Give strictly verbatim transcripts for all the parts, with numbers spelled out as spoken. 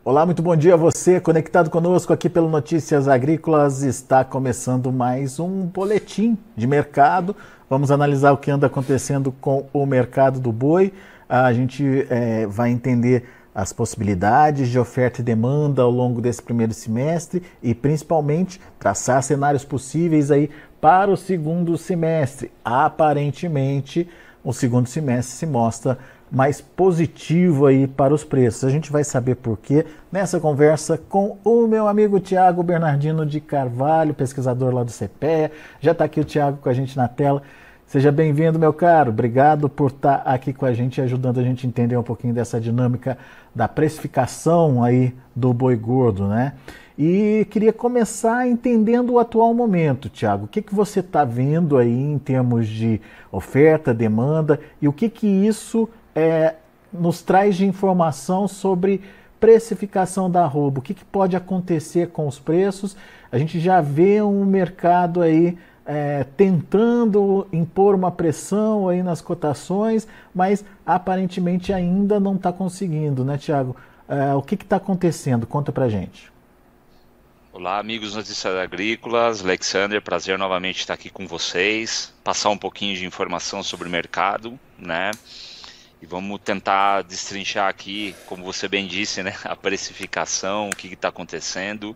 Olá, muito bom dia a você, conectado conosco aqui pelo Notícias Agrícolas. Está começando mais um boletim de mercado. Vamos analisar o que anda acontecendo com o mercado do boi. A gente é, vai entender as possibilidades de oferta e demanda ao longo desse primeiro semestre e principalmente traçar cenários possíveis aí para o segundo semestre. Aparentemente, o segundo semestre se mostra mais positivo aí para os preços. A gente vai saber por quê nessa conversa com o meu amigo Tiago Bernardino de Carvalho, pesquisador lá do CEPEA. Já está aqui o Tiago com a gente na tela. Seja bem-vindo, meu caro. Obrigado por estar aqui com a gente, ajudando a gente a entender um pouquinho dessa dinâmica da precificação aí do boi gordo, né? E queria começar entendendo o atual momento, Tiago. O que, que você está vendo aí em termos de oferta, demanda e o que, que isso é, nos traz de informação sobre precificação da arroba? O que, que pode acontecer com os preços? A gente já vê um mercado aí É, tentando impor uma pressão aí nas cotações, mas aparentemente ainda não está conseguindo, né, Tiago? É, o que está acontecendo? Conta pra gente. Olá, amigos Notícias Agrícolas, Alexander, prazer novamente estar aqui com vocês, passar um pouquinho de informação sobre o mercado, né? E vamos tentar destrinchar aqui, como você bem disse, né, a precificação, o que está acontecendo.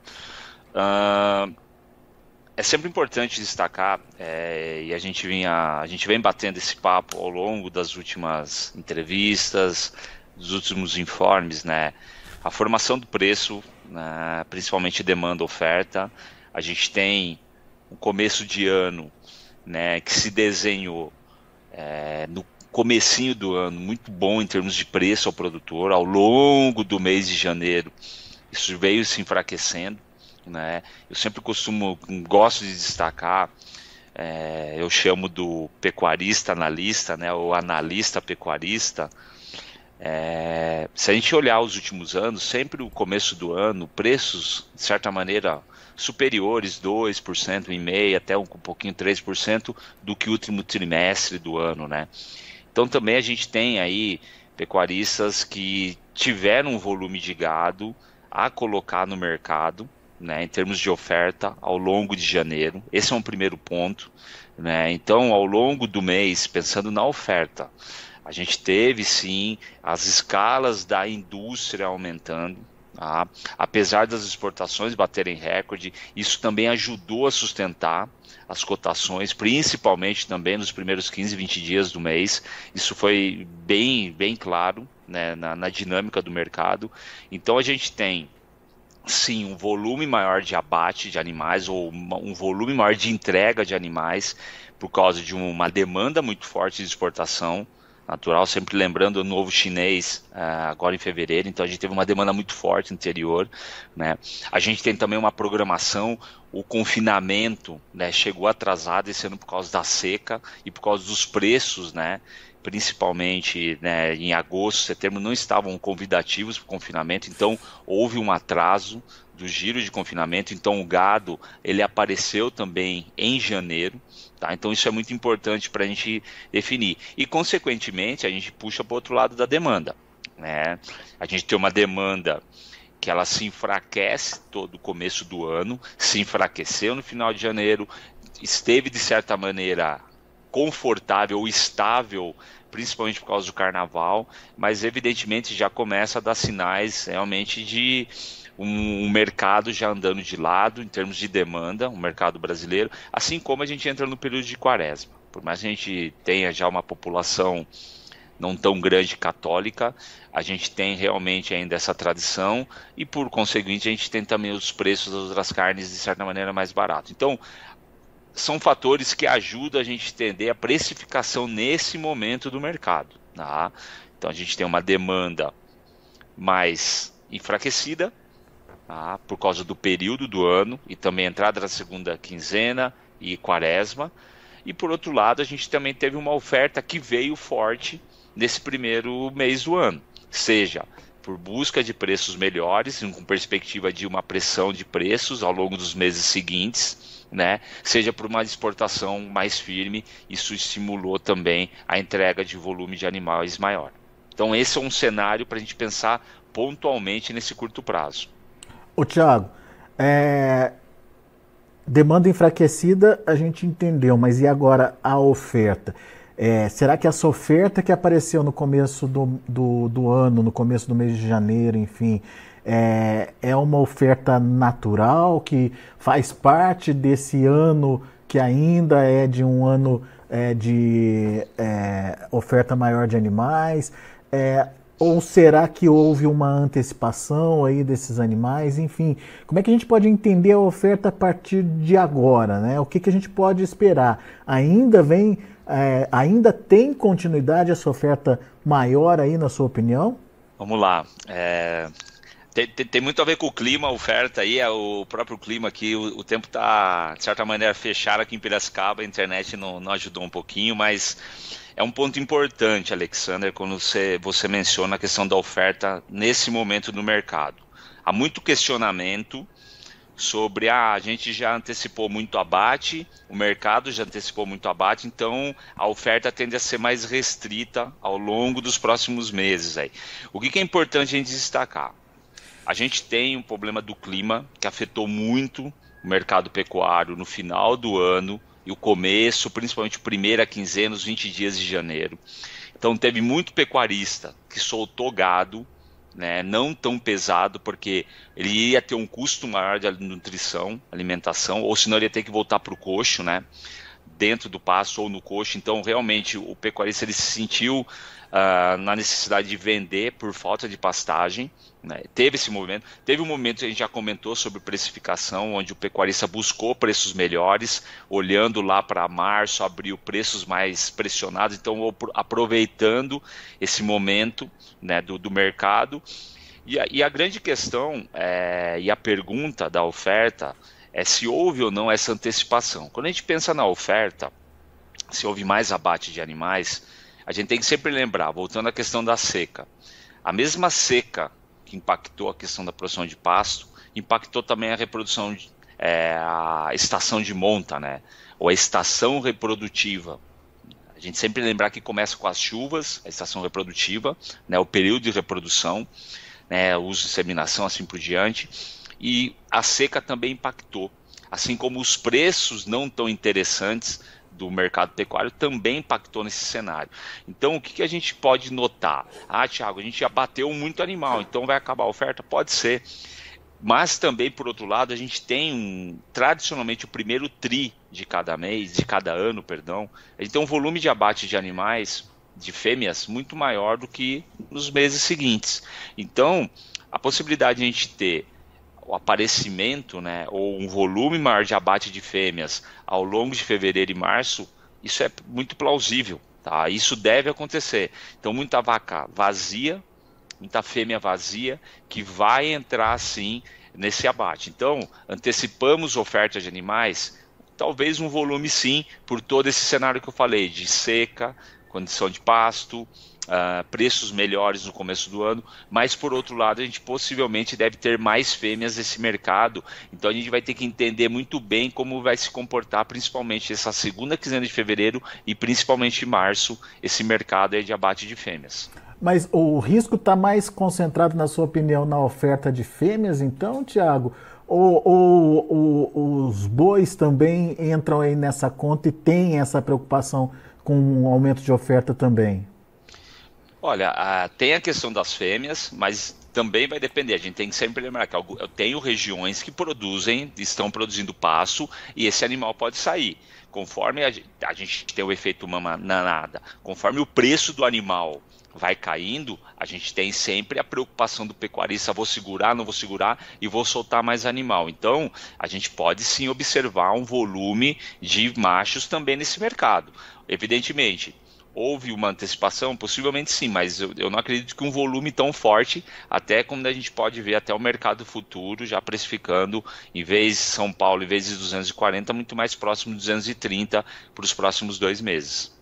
Uh, É sempre importante destacar, é, e a gente, vinha, a gente vem batendo esse papo ao longo das últimas entrevistas, dos últimos informes, né? A formação do preço, né, principalmente demanda e oferta. A gente tem um começo de ano, né, que se desenhou é, no comecinho do ano, muito bom em termos de preço ao produtor. Ao longo do mês de janeiro, isso veio se enfraquecendo. Né? Eu sempre costumo, gosto de destacar, é, eu chamo do pecuarista analista, né, ou analista pecuarista. É, se a gente olhar os últimos anos, sempre o começo do ano, preços de certa maneira superiores, dois por cento em meio, até um, um pouquinho três por cento do que o último trimestre do ano, né? Então também a gente tem aí pecuaristas que tiveram um volume de gado a colocar no mercado, né, em termos de oferta ao longo de janeiro. Esse é um primeiro ponto, né? Então, ao longo do mês, pensando na oferta, a gente teve sim as escalas da indústria aumentando, tá? Apesar das exportações baterem recorde, isso também ajudou a sustentar as cotações, principalmente também nos primeiros quinze, vinte dias do mês. Isso foi bem, bem claro, né, na, na dinâmica do mercado. Então a gente tem sim um volume maior de abate de animais, ou uma, um volume maior de entrega de animais, por causa de uma demanda muito forte de exportação natural, sempre lembrando o novo chinês, uh, agora em fevereiro. Então a gente teve uma demanda muito forte no interior, né? A gente tem também uma programação, o confinamento, né, chegou atrasado esse ano por causa da seca e por causa dos preços, né? Principalmente, né, em agosto, setembro, não estavam convidativos para o confinamento, então houve um atraso do giro de confinamento. Então o gado, ele apareceu também em janeiro, tá? Então isso é muito importante para a gente definir, e consequentemente a gente puxa para o outro lado da demanda, né? A gente tem uma demanda que ela se enfraquece todo o começo do ano, se enfraqueceu no final de janeiro, esteve de certa maneira confortável ou estável, principalmente por causa do carnaval, mas evidentemente já começa a dar sinais realmente de um, um mercado já andando de lado em termos de demanda, um mercado brasileiro, assim como a gente entra no período de quaresma. Por mais que a gente tenha já uma população não tão grande católica, a gente tem realmente ainda essa tradição, e por conseguinte a gente tem também os preços das outras carnes de certa maneira mais barato. Então são fatores que ajudam a gente a entender a precificação nesse momento do mercado, tá? Então a gente tem uma demanda mais enfraquecida, tá, por causa do período do ano e também a entrada da segunda quinzena e quaresma. E por outro lado, a gente também teve uma oferta que veio forte nesse primeiro mês do ano, seja por busca de preços melhores, com perspectiva de uma pressão de preços ao longo dos meses seguintes, né? Seja por uma exportação mais firme, isso estimulou também a entrega de volume de animais maior. Então esse é um cenário para a gente pensar pontualmente nesse curto prazo. Ô Thiago, é... demanda enfraquecida a gente entendeu, mas e agora a oferta? É, será que essa oferta que apareceu no começo do, do, do ano, no começo do mês de janeiro, enfim, é, é uma oferta natural que faz parte desse ano que ainda é de um ano é, de é, oferta maior de animais? É, ou será que houve uma antecipação aí desses animais? Enfim, como é que a gente pode entender a oferta a partir de agora, né? O que, que a gente pode esperar? Ainda vem, é, ainda tem continuidade essa oferta maior aí, na sua opinião? Vamos lá. É... Tem, tem, tem muito a ver com o clima, a oferta aí, é o próprio clima aqui, o, o tempo está, de certa maneira, fechado aqui em Piracicaba, a internet não, não ajudou um pouquinho, mas é um ponto importante, Alexander, quando você, você menciona a questão da oferta nesse momento do mercado. Há muito questionamento sobre, ah, a gente já antecipou muito abate, o mercado já antecipou muito abate, então a oferta tende a ser mais restrita ao longo dos próximos meses. Aí. O que, que é importante a gente destacar? A gente tem um problema do clima que afetou muito o mercado pecuário no final do ano e o começo, principalmente primeira quinzena, os vinte dias de janeiro. Então teve muito pecuarista que soltou gado, né, não tão pesado, porque ele ia ter um custo maior de nutrição, alimentação, ou senão ele ia ter que voltar para o coxo, né, dentro do pasto ou no coxo. Então realmente o pecuarista ele se sentiu uh, na necessidade de vender por falta de pastagem. Né? Teve esse movimento, teve um momento que a gente já comentou sobre precificação, onde o pecuarista buscou preços melhores, olhando lá para março, abril, preços mais pressionados, então aproveitando esse momento, né, do, do mercado. E a, e a grande questão é, e a pergunta da oferta é se houve ou não essa antecipação. Quando a gente pensa na oferta, se houve mais abate de animais, a gente tem que sempre lembrar, voltando à questão da seca, a mesma seca que impactou a questão da produção de pasto, impactou também a reprodução, de, é, a estação de monta, né? Ou a estação reprodutiva. A gente sempre lembrar que começa com as chuvas, a estação reprodutiva, né? O período de reprodução, né? O uso de inseminação, assim por diante, e a seca também impactou, assim como os preços não tão interessantes do mercado pecuário também impactou nesse cenário. Então, o que, que a gente pode notar? Ah, Thiago, a gente já bateu muito animal, então vai acabar a oferta? Pode ser. Mas também, por outro lado, a gente tem, um, tradicionalmente, o primeiro tri de cada mês, de cada ano, perdão, a gente tem um volume de abate de animais, de fêmeas, muito maior do que nos meses seguintes. Então, a possibilidade de a gente ter o aparecimento, né, ou um volume maior de abate de fêmeas ao longo de fevereiro e março, isso é muito plausível, tá? Isso deve acontecer. Então, muita vaca vazia, muita fêmea vazia, que vai entrar, sim, nesse abate. Então, antecipamos ofertas de animais, talvez um volume, sim, por todo esse cenário que eu falei, de seca, condição de pasto, Uh, preços melhores no começo do ano, mas por outro lado a gente possivelmente deve ter mais fêmeas nesse mercado, então a gente vai ter que entender muito bem como vai se comportar principalmente essa segunda quinzena de fevereiro e principalmente em março, esse mercado aí de abate de fêmeas. Mas o risco está mais concentrado, na sua opinião, na oferta de fêmeas, então, Thiago? Ou, ou, ou os bois também entram aí nessa conta e tem essa preocupação com o aumento de oferta também? Olha, a, tem a questão das fêmeas, mas também vai depender. A gente tem que sempre lembrar que eu tenho regiões que produzem, estão produzindo pasto e esse animal pode sair. Conforme a, a gente tem o efeito manada, conforme o preço do animal vai caindo, a gente tem sempre a preocupação do pecuarista, vou segurar, não vou segurar e vou soltar mais animal. Então, a gente pode sim observar um volume de machos também nesse mercado. Evidentemente, houve uma antecipação? Possivelmente sim, mas eu, eu não acredito que um volume tão forte, até como a gente pode ver até o mercado futuro já precificando, em vez de São Paulo, em vez de duzentos e quarenta, muito mais próximo de duzentos e trinta para os próximos dois meses.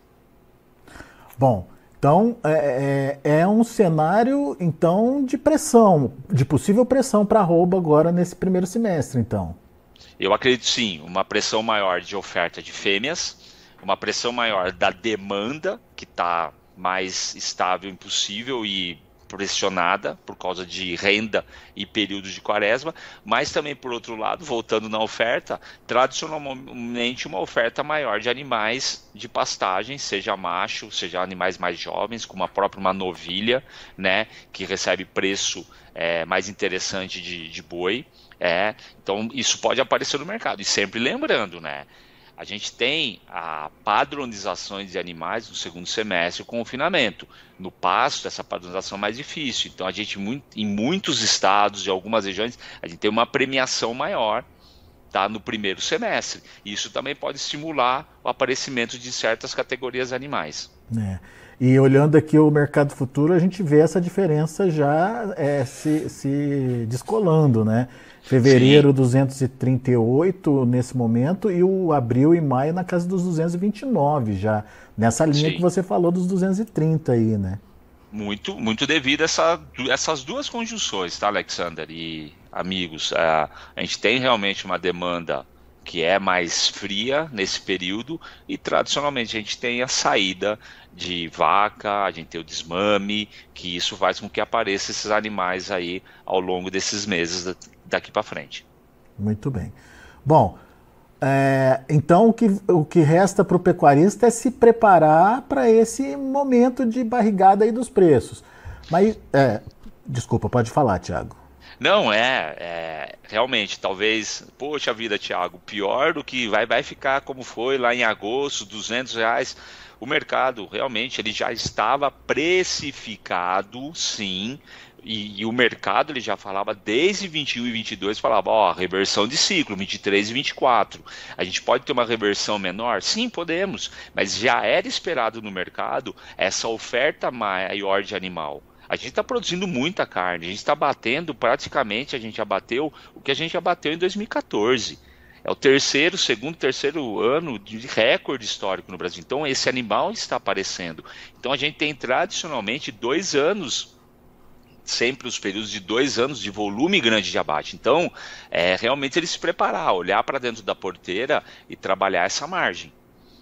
Bom, então é, é, é um cenário então de pressão, de possível pressão para arroba agora nesse primeiro semestre, então. Eu acredito sim, uma pressão maior de oferta de fêmeas, uma pressão maior da demanda, que está mais estável impossível e pressionada por causa de renda e períodos de quaresma, mas também, por outro lado, voltando na oferta, tradicionalmente uma oferta maior de animais de pastagem, seja macho, seja animais mais jovens, como a própria uma novilha, né, que recebe preço é, mais interessante de, de boi. É, então isso pode aparecer no mercado. E sempre lembrando, né, a gente tem a padronização de animais no segundo semestre com confinamento. No pasto, essa padronização é mais difícil. Então, a gente, em muitos estados, em algumas regiões, a gente tem uma premiação maior, tá, no primeiro semestre. Isso também pode estimular o aparecimento de certas categorias animais. É. E olhando aqui o mercado futuro, a gente vê essa diferença já é, se, se descolando, né? Fevereiro, sim, duzentos e trinta e oito nesse momento, e o abril e maio na casa dos duzentos e vinte e nove já, nessa linha, sim, que você falou dos duzentos e trinta aí, né? Muito, muito devido a essa, essas duas conjunções, tá, Alexander e amigos? A, a gente tem realmente uma demanda que é mais fria nesse período, e tradicionalmente a gente tem a saída de vaca, a gente tem o desmame, que isso faz com que apareçam esses animais aí ao longo desses meses daqui para frente. Muito bem. Bom, é, então o que, o que resta para o pecuarista é se preparar para esse momento de barrigada aí dos preços. Mas, é, desculpa, pode falar, Thiago. Não, é, é, realmente, talvez, poxa vida, Thiago, pior do que vai, vai ficar como foi lá em agosto, duzentos reais. O mercado, realmente, ele já estava precificado, sim, e, e o mercado, ele já falava desde vinte e um e vinte e dois, falava, ó, reversão de ciclo, vinte e três e vinte e quatro. A gente pode ter uma reversão menor? Sim, podemos, mas já era esperado no mercado essa oferta maior de animal. A gente está produzindo muita carne, a gente está batendo, praticamente a gente já bateu o que a gente já bateu em dois mil e quatorze. É o terceiro, segundo, terceiro ano de recorde histórico no Brasil. Então esse animal está aparecendo. Então a gente tem tradicionalmente dois anos, sempre os períodos de dois anos de volume grande de abate. Então é realmente ele se preparar, olhar para dentro da porteira e trabalhar essa margem.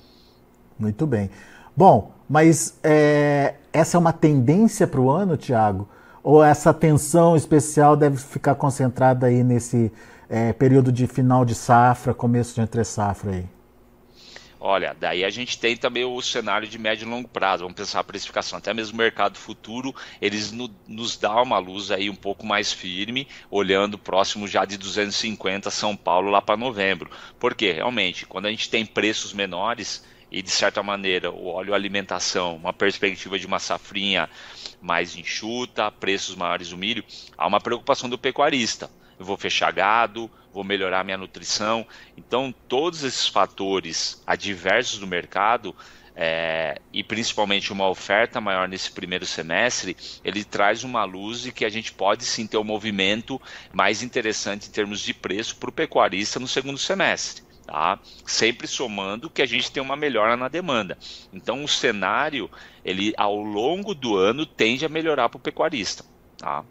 Muito bem. Bom, mas é, essa é uma tendência para o ano, Thiago? Ou essa atenção especial deve ficar concentrada aí nesse é, período de final de safra, começo de entre safra aí? Olha, daí a gente tem também o cenário de médio e longo prazo, vamos pensar a precificação, até mesmo o mercado futuro, eles no, nos dão uma luz aí um pouco mais firme, olhando próximo já de duzentos e cinquenta São Paulo lá para novembro. Porque realmente, quando a gente tem preços menores, e de certa maneira o óleo alimentação, uma perspectiva de uma safrinha mais enxuta, preços maiores do milho, há uma preocupação do pecuarista. Eu vou fechar gado, vou melhorar minha nutrição. Então todos esses fatores adversos do mercado, é, e principalmente uma oferta maior nesse primeiro semestre, ele traz uma luz de que a gente pode sim ter um movimento mais interessante em termos de preço para o pecuarista no segundo semestre. Tá? Sempre somando que a gente tem uma melhora na demanda. Então o cenário, ele ao longo do ano tende a melhorar para o pecuarista. Tá?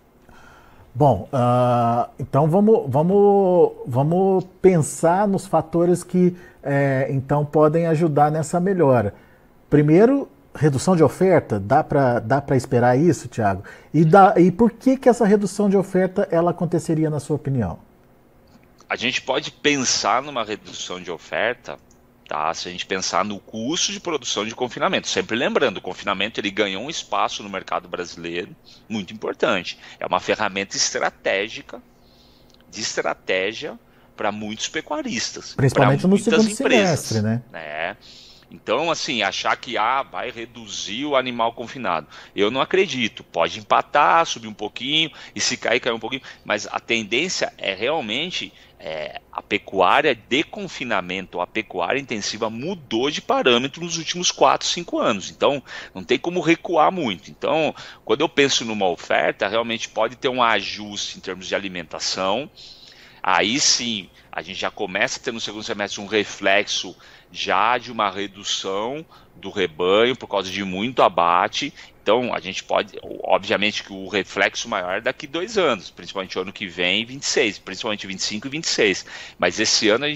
Bom, uh, então vamos, vamos, vamos pensar nos fatores que é, então podem ajudar nessa melhora. Primeiro, redução de oferta, dá para dá para esperar isso, Thiago? E, dá, e por que, que essa redução de oferta ela aconteceria, na sua opinião? A gente pode pensar numa redução de oferta, tá? Se a gente pensar no custo de produção de confinamento. Sempre lembrando, o confinamento ele ganhou um espaço no mercado brasileiro muito importante. É uma ferramenta estratégica, de estratégia para muitos pecuaristas. Principalmente no segundo semestre, né? né? Então, assim, achar que ah, vai reduzir o animal confinado. Eu não acredito. Pode empatar, subir um pouquinho, e se cair, cair um pouquinho. Mas a tendência é realmente é, a pecuária de confinamento, a pecuária intensiva mudou de parâmetro nos últimos quatro, cinco anos. Então, não tem como recuar muito. Então, quando eu penso numa oferta, realmente pode ter um ajuste em termos de alimentação. Aí sim, a gente já começa a ter no segundo semestre um reflexo já de uma redução do rebanho por causa de muito abate. Então a gente pode, obviamente que o reflexo maior é daqui dois anos, principalmente o ano que vem, vinte e seis, principalmente vinte e cinco e vinte e seis. Mas esse ano a gente já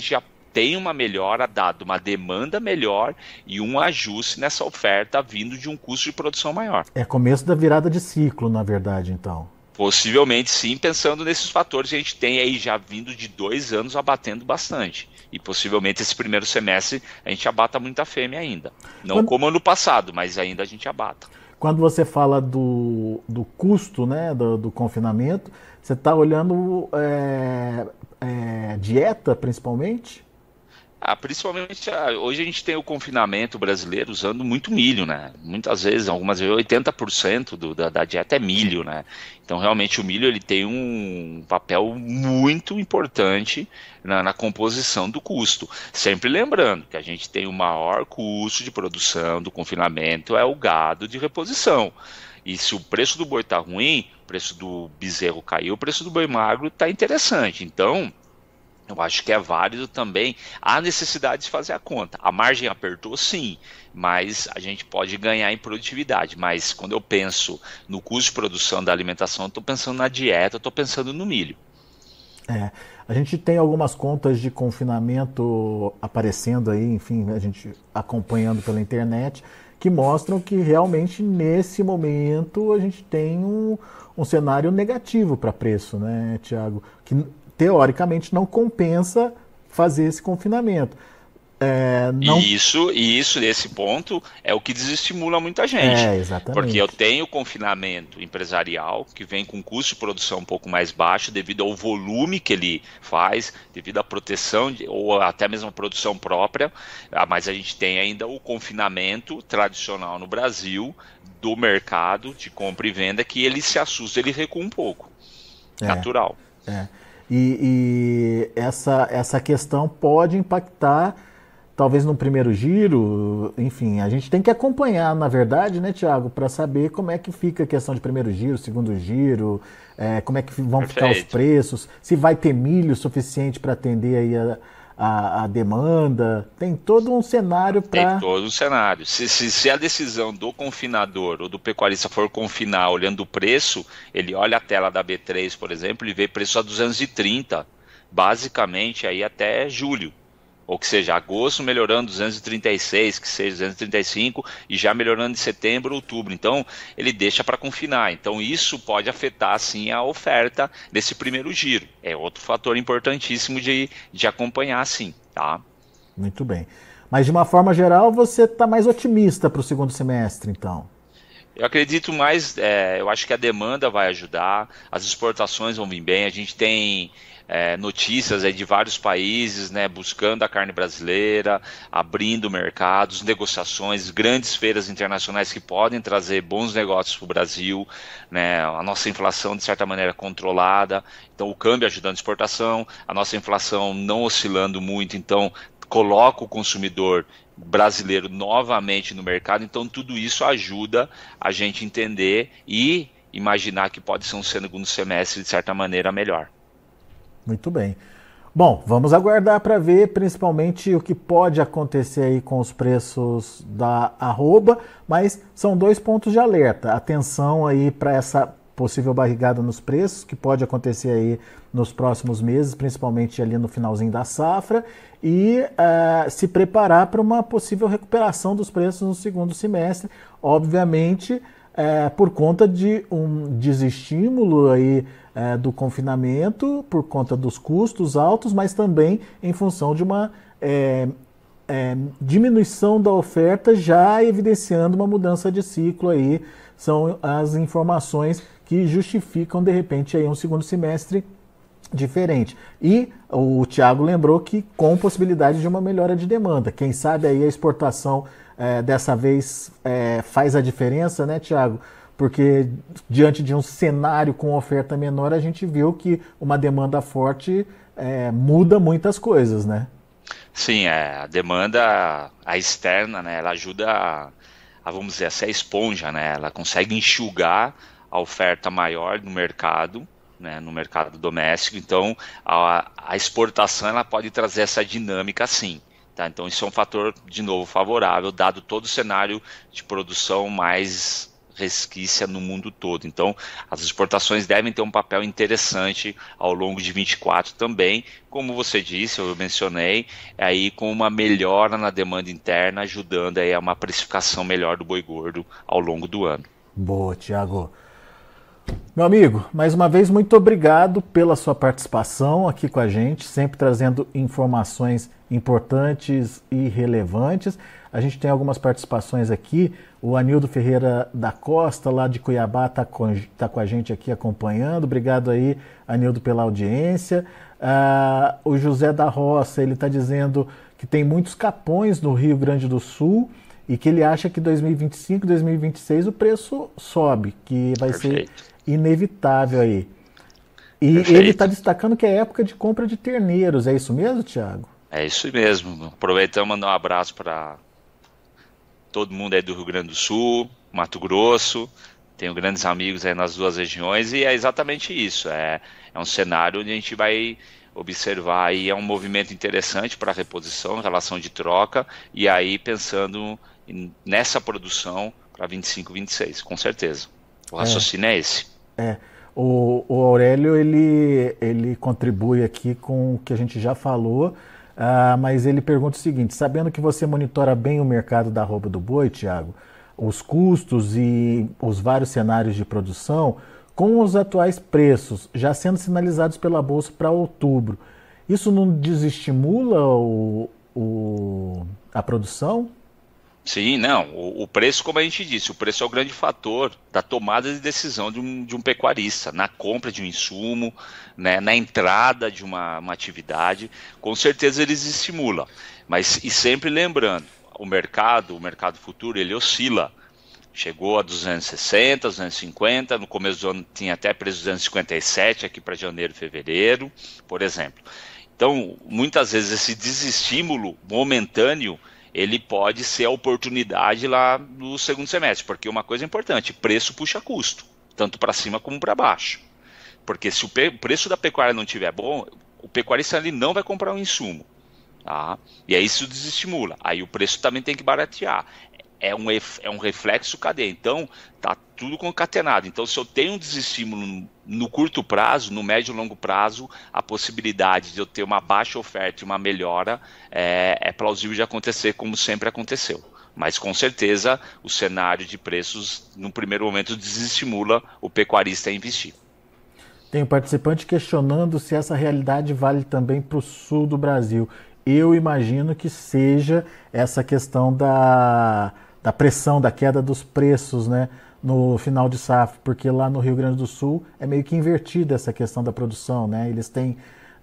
tem uma melhora dado uma demanda melhor e um ajuste nessa oferta vindo de um custo de produção maior. É começo da virada de ciclo, na verdade, então. Possivelmente sim, pensando nesses fatores que a gente tem aí já vindo de dois anos abatendo bastante. E possivelmente esse primeiro semestre a gente abata muita fêmea ainda. Não Quando... como ano passado, mas ainda a gente abata. Quando você fala do, do custo, né, do, do confinamento, você está olhando é, é, dieta principalmente? Ah, principalmente, hoje a gente tem o confinamento brasileiro usando muito milho, né? Muitas vezes, algumas vezes, oitenta por cento do, da, da dieta é milho, né? Então, realmente, o milho ele tem um papel muito importante na, na composição do custo. Sempre lembrando que a gente tem o maior custo de produção do confinamento é o gado de reposição. E se o preço do boi está ruim, o preço do bezerro caiu, o preço do boi magro está interessante. Então, eu acho que é válido também a necessidade de fazer a conta. A margem apertou sim, mas a gente pode ganhar em produtividade. Mas quando eu penso no custo de produção da alimentação, eu estou pensando na dieta, eu estou pensando no milho. É, a gente tem algumas contas de confinamento aparecendo aí, enfim, a gente acompanhando pela internet, que mostram que realmente nesse momento a gente tem um, um cenário negativo para preço, né, Tiago? Que teoricamente não compensa fazer esse confinamento. É, não... E isso, e isso, nesse ponto, é o que desestimula muita gente. É, exatamente. Porque eu tenho confinamento empresarial, que vem com custo de produção um pouco mais baixo, devido ao volume que ele faz, devido à proteção, de, ou até mesmo a produção própria, mas a gente tem ainda o confinamento tradicional no Brasil, do mercado de compra e venda, que ele se assusta, ele recua um pouco. É, natural. É. E, e essa, essa questão pode impactar, talvez no primeiro giro, enfim, a gente tem que acompanhar, na verdade, né, Tiago, para saber como é que fica a questão de primeiro giro, segundo giro, é, como é que vão Perfeito. ficar os preços, se vai ter milho suficiente para atender aí a, a, a demanda, tem todo um cenário para... Tem todo um cenário. Se, se, se a decisão do confinador ou do pecuarista for confinar olhando o preço, ele olha a tela da B três, por exemplo, e vê preço a duzentos e trinta, basicamente aí até julho. Ou que seja, agosto melhorando duzentos e trinta e seis, que seja duzentos e trinta e cinco, e já melhorando em setembro, outubro. Então, ele deixa para confinar. Então, isso pode afetar, sim, a oferta desse primeiro giro. É outro fator importantíssimo de, de acompanhar, sim, tá? Muito bem. Mas, de uma forma geral, você está mais otimista para o segundo semestre, então? Eu acredito mais, é, eu acho que a demanda vai ajudar, as exportações vão vir bem, a gente tem... É, notícias aí de vários países, né, buscando a carne brasileira, abrindo mercados, negociações, grandes feiras internacionais que podem trazer bons negócios para o Brasil, né, a nossa inflação de certa maneira controlada, então o câmbio ajudando a exportação, a nossa inflação não oscilando muito, então coloca o consumidor brasileiro novamente no mercado, então tudo isso ajuda a gente entender e imaginar que pode ser um segundo semestre de certa maneira melhor. Muito bem. Bom, vamos aguardar para ver principalmente o que pode acontecer aí com os preços da arroba, mas são dois pontos de alerta. Atenção aí para essa possível barrigada nos preços, que pode acontecer aí nos próximos meses, principalmente ali no finalzinho da safra, e uh, se preparar para uma possível recuperação dos preços no segundo semestre, obviamente uh, por conta de um desestímulo aí É, do confinamento, por conta dos custos altos, mas também em função de uma é, é, diminuição da oferta, já evidenciando uma mudança de ciclo aí. São as informações que justificam, de repente, aí um segundo semestre diferente. E o Tiago lembrou que com possibilidade de uma melhora de demanda. Quem sabe aí a exportação é, dessa vez é, faz a diferença, né, Tiago? Porque diante de um cenário com oferta menor, a gente viu que uma demanda forte é, muda muitas coisas, né? Sim, é, a demanda, a externa, né, ela ajuda a, a, vamos dizer, a ser a esponja, né? Ela consegue enxugar a oferta maior no mercado, né, no mercado doméstico. Então, a, a exportação ela pode trazer essa dinâmica, sim. Tá? Então, isso é um fator, de novo, favorável, dado todo o cenário de produção mais resquícia no mundo todo. Então, as exportações devem ter um papel interessante ao longo de vinte e quatro também, como você disse, eu mencionei, aí com uma melhora na demanda interna, ajudando aí a uma precificação melhor do boi gordo ao longo do ano. Boa, Thiago. Meu amigo, mais uma vez, muito obrigado pela sua participação aqui com a gente, sempre trazendo informações importantes e relevantes. A gente tem algumas participações aqui. O Anildo Ferreira da Costa, lá de Cuiabá, está com, tá com a gente aqui acompanhando. Obrigado aí, Anildo, pela audiência. Ah, o José da Roça, ele está dizendo que tem muitos capões no Rio Grande do Sul e que ele acha que dois mil e vinte e cinco, dois mil e vinte e seis o preço sobe, que vai Perfeito. ser inevitável aí. E Perfeito. ele está destacando que é época de compra de terneiros. É isso mesmo, Thiago? É isso mesmo. Aproveitando e mandar um abraço para todo mundo aí do Rio Grande do Sul, Mato Grosso. Tenho grandes amigos aí nas duas regiões e é exatamente isso. É, é um cenário onde a gente vai observar aí é um movimento interessante para a reposição, relação de troca, e aí pensando em, nessa produção para vinte e cinco, vinte e seis, com certeza. O raciocínio é, é esse. É. O, o Aurélio, ele, ele contribui aqui com o que a gente já falou, uh, mas ele pergunta o seguinte: sabendo que você monitora bem o mercado da arroba do boi, Thiago, os custos e os vários cenários de produção, com os atuais preços já sendo sinalizados pela Bolsa para outubro, isso não desestimula o, o, a produção? Sim, não. O, o preço, como a gente disse, o preço é o grande fator da tomada de decisão de um, de um pecuarista, na compra de um insumo, né, na entrada de uma, uma atividade. Com certeza eles estimulam. Mas, e sempre lembrando, o mercado, o mercado futuro, ele oscila. Chegou a duzentos e sessenta, duzentos e cinquenta, no começo do ano tinha até preço de duzentos e cinquenta e sete aqui para janeiro e fevereiro, por exemplo. Então, muitas vezes esse desestímulo momentâneo, ele pode ser a oportunidade lá no segundo semestre, porque uma coisa importante, preço puxa custo, tanto para cima como para baixo. Porque se o preço da pecuária não estiver bom, o pecuarista ali não vai comprar um insumo. Tá? E aí isso desestimula. Aí o preço também tem que baratear. É um, é um reflexo cadeia. Então, tá tudo concatenado. Então, se eu tenho um desestímulo no, no curto prazo, no médio e longo prazo, a possibilidade de eu ter uma baixa oferta e uma melhora é, é plausível de acontecer, como sempre aconteceu. Mas, com certeza, o cenário de preços, no primeiro momento, desestimula o pecuarista a investir. Tem um participante questionando se essa realidade vale também para o sul do Brasil. Eu imagino que seja essa questão da... da pressão, da queda dos preços, né, no final de safra, porque lá no Rio Grande do Sul é meio que invertida essa questão da produção, né? Eles têm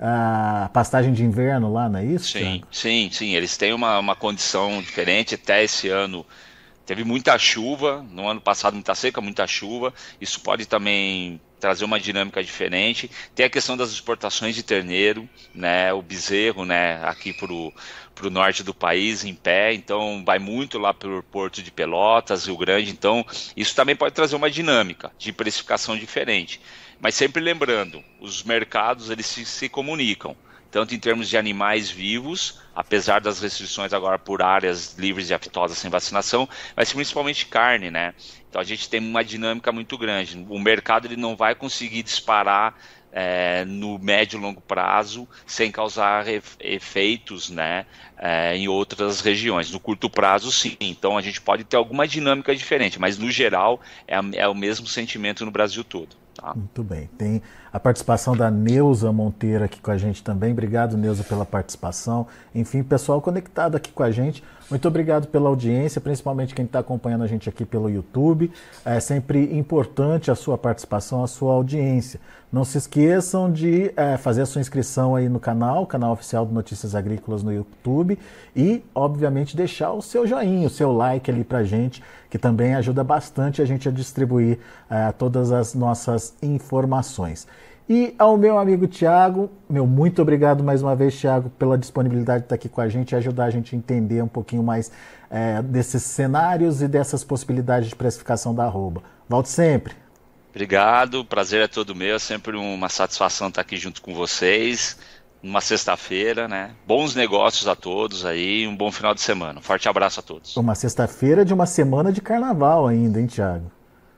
a pastagem de inverno lá, não é isso? Sim, Thiago? sim, sim. Eles têm uma, uma condição diferente. Até esse ano teve muita chuva, no ano passado muita seca, muita chuva. Isso pode também trazer uma dinâmica diferente. Tem a questão das exportações de terneiro, né, o bezerro, né, aqui para o norte do país, em pé, então vai muito lá pelo Porto de Pelotas, Rio Grande, então isso também pode trazer uma dinâmica de precificação diferente. Mas sempre lembrando, os mercados eles se, se comunicam, tanto em termos de animais vivos, apesar das restrições agora por áreas livres de aftosa sem vacinação, mas principalmente carne, né? Então a gente tem uma dinâmica muito grande. O mercado ele não vai conseguir disparar é, no médio e longo prazo sem causar efeitos, né, é, em outras regiões. No curto prazo, sim. Então a gente pode ter alguma dinâmica diferente, mas no geral é, é o mesmo sentimento no Brasil todo. Tá? Muito bem. Tem a participação da Neuza Monteiro aqui com a gente também. Obrigado, Neuza, pela participação. Enfim, pessoal conectado aqui com a gente. Muito obrigado pela audiência, principalmente quem está acompanhando a gente aqui pelo YouTube. É sempre importante a sua participação, a sua audiência. Não se esqueçam de é, fazer a sua inscrição aí no canal, canal oficial do Notícias Agrícolas no YouTube e, obviamente, deixar o seu joinha, o seu like ali pra gente, que também ajuda bastante a gente a distribuir é, todas as nossas informações. E ao meu amigo Thiago, meu muito obrigado mais uma vez, Thiago, pela disponibilidade de estar aqui com a gente e ajudar a gente a entender um pouquinho mais é, desses cenários e dessas possibilidades de precificação da arroba. Volte sempre. Obrigado, o prazer é todo meu, é sempre uma satisfação estar aqui junto com vocês, numa sexta-feira, né? Bons negócios a todos aí, um bom final de semana. Um forte abraço a todos. Uma sexta-feira de uma semana de carnaval ainda, hein, Thiago?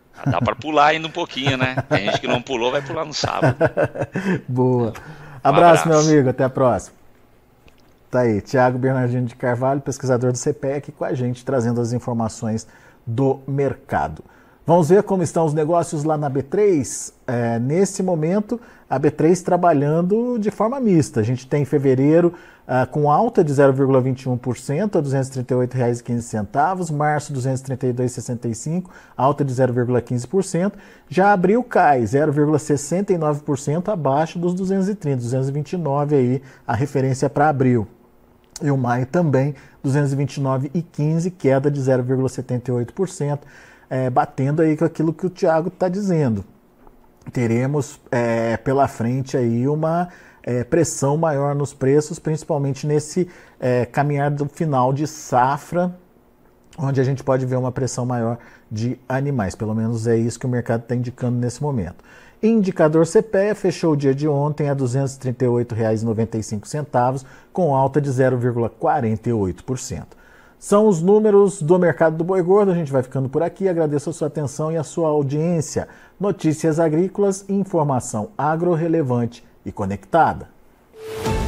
Dá para pular ainda um pouquinho, né? Tem gente que não pulou, vai pular no sábado. Boa. Um abraço, abraço, meu amigo. Até a próxima. Tá aí, Thiago Bernardino de Carvalho, pesquisador do C P E C, com a gente, trazendo as informações do mercado. Vamos ver como estão os negócios lá na B três? É, nesse momento, a B três trabalhando de forma mista. A gente tem fevereiro uh, com alta de zero vírgula vinte e um por cento a duzentos e trinta e oito reais e quinze centavos, março duzentos e trinta e dois reais e sessenta e cinco centavos, alta de zero vírgula quinze por cento. Já abril cai zero vírgula sessenta e nove por cento abaixo dos duzentos e trinta, duzentos e vinte e nove aí a referência para abril. E o maio também, duzentos e vinte e nove reais e quinze centavos, queda de zero vírgula setenta e oito por cento. É, batendo aí com aquilo que o Thiago está dizendo. Teremos é, pela frente aí uma é, pressão maior nos preços, principalmente nesse é, caminhar do final de safra, onde a gente pode ver uma pressão maior de animais. Pelo menos é isso que o mercado está indicando nesse momento. Indicador C P E fechou o dia de ontem a duzentos e trinta e oito reais e noventa e cinco centavos, com alta de zero vírgula quarenta e oito por cento. São os números do mercado do boi gordo. A gente vai ficando por aqui. Agradeço a sua atenção e a sua audiência. Notícias agrícolas, informação agro relevante e conectada.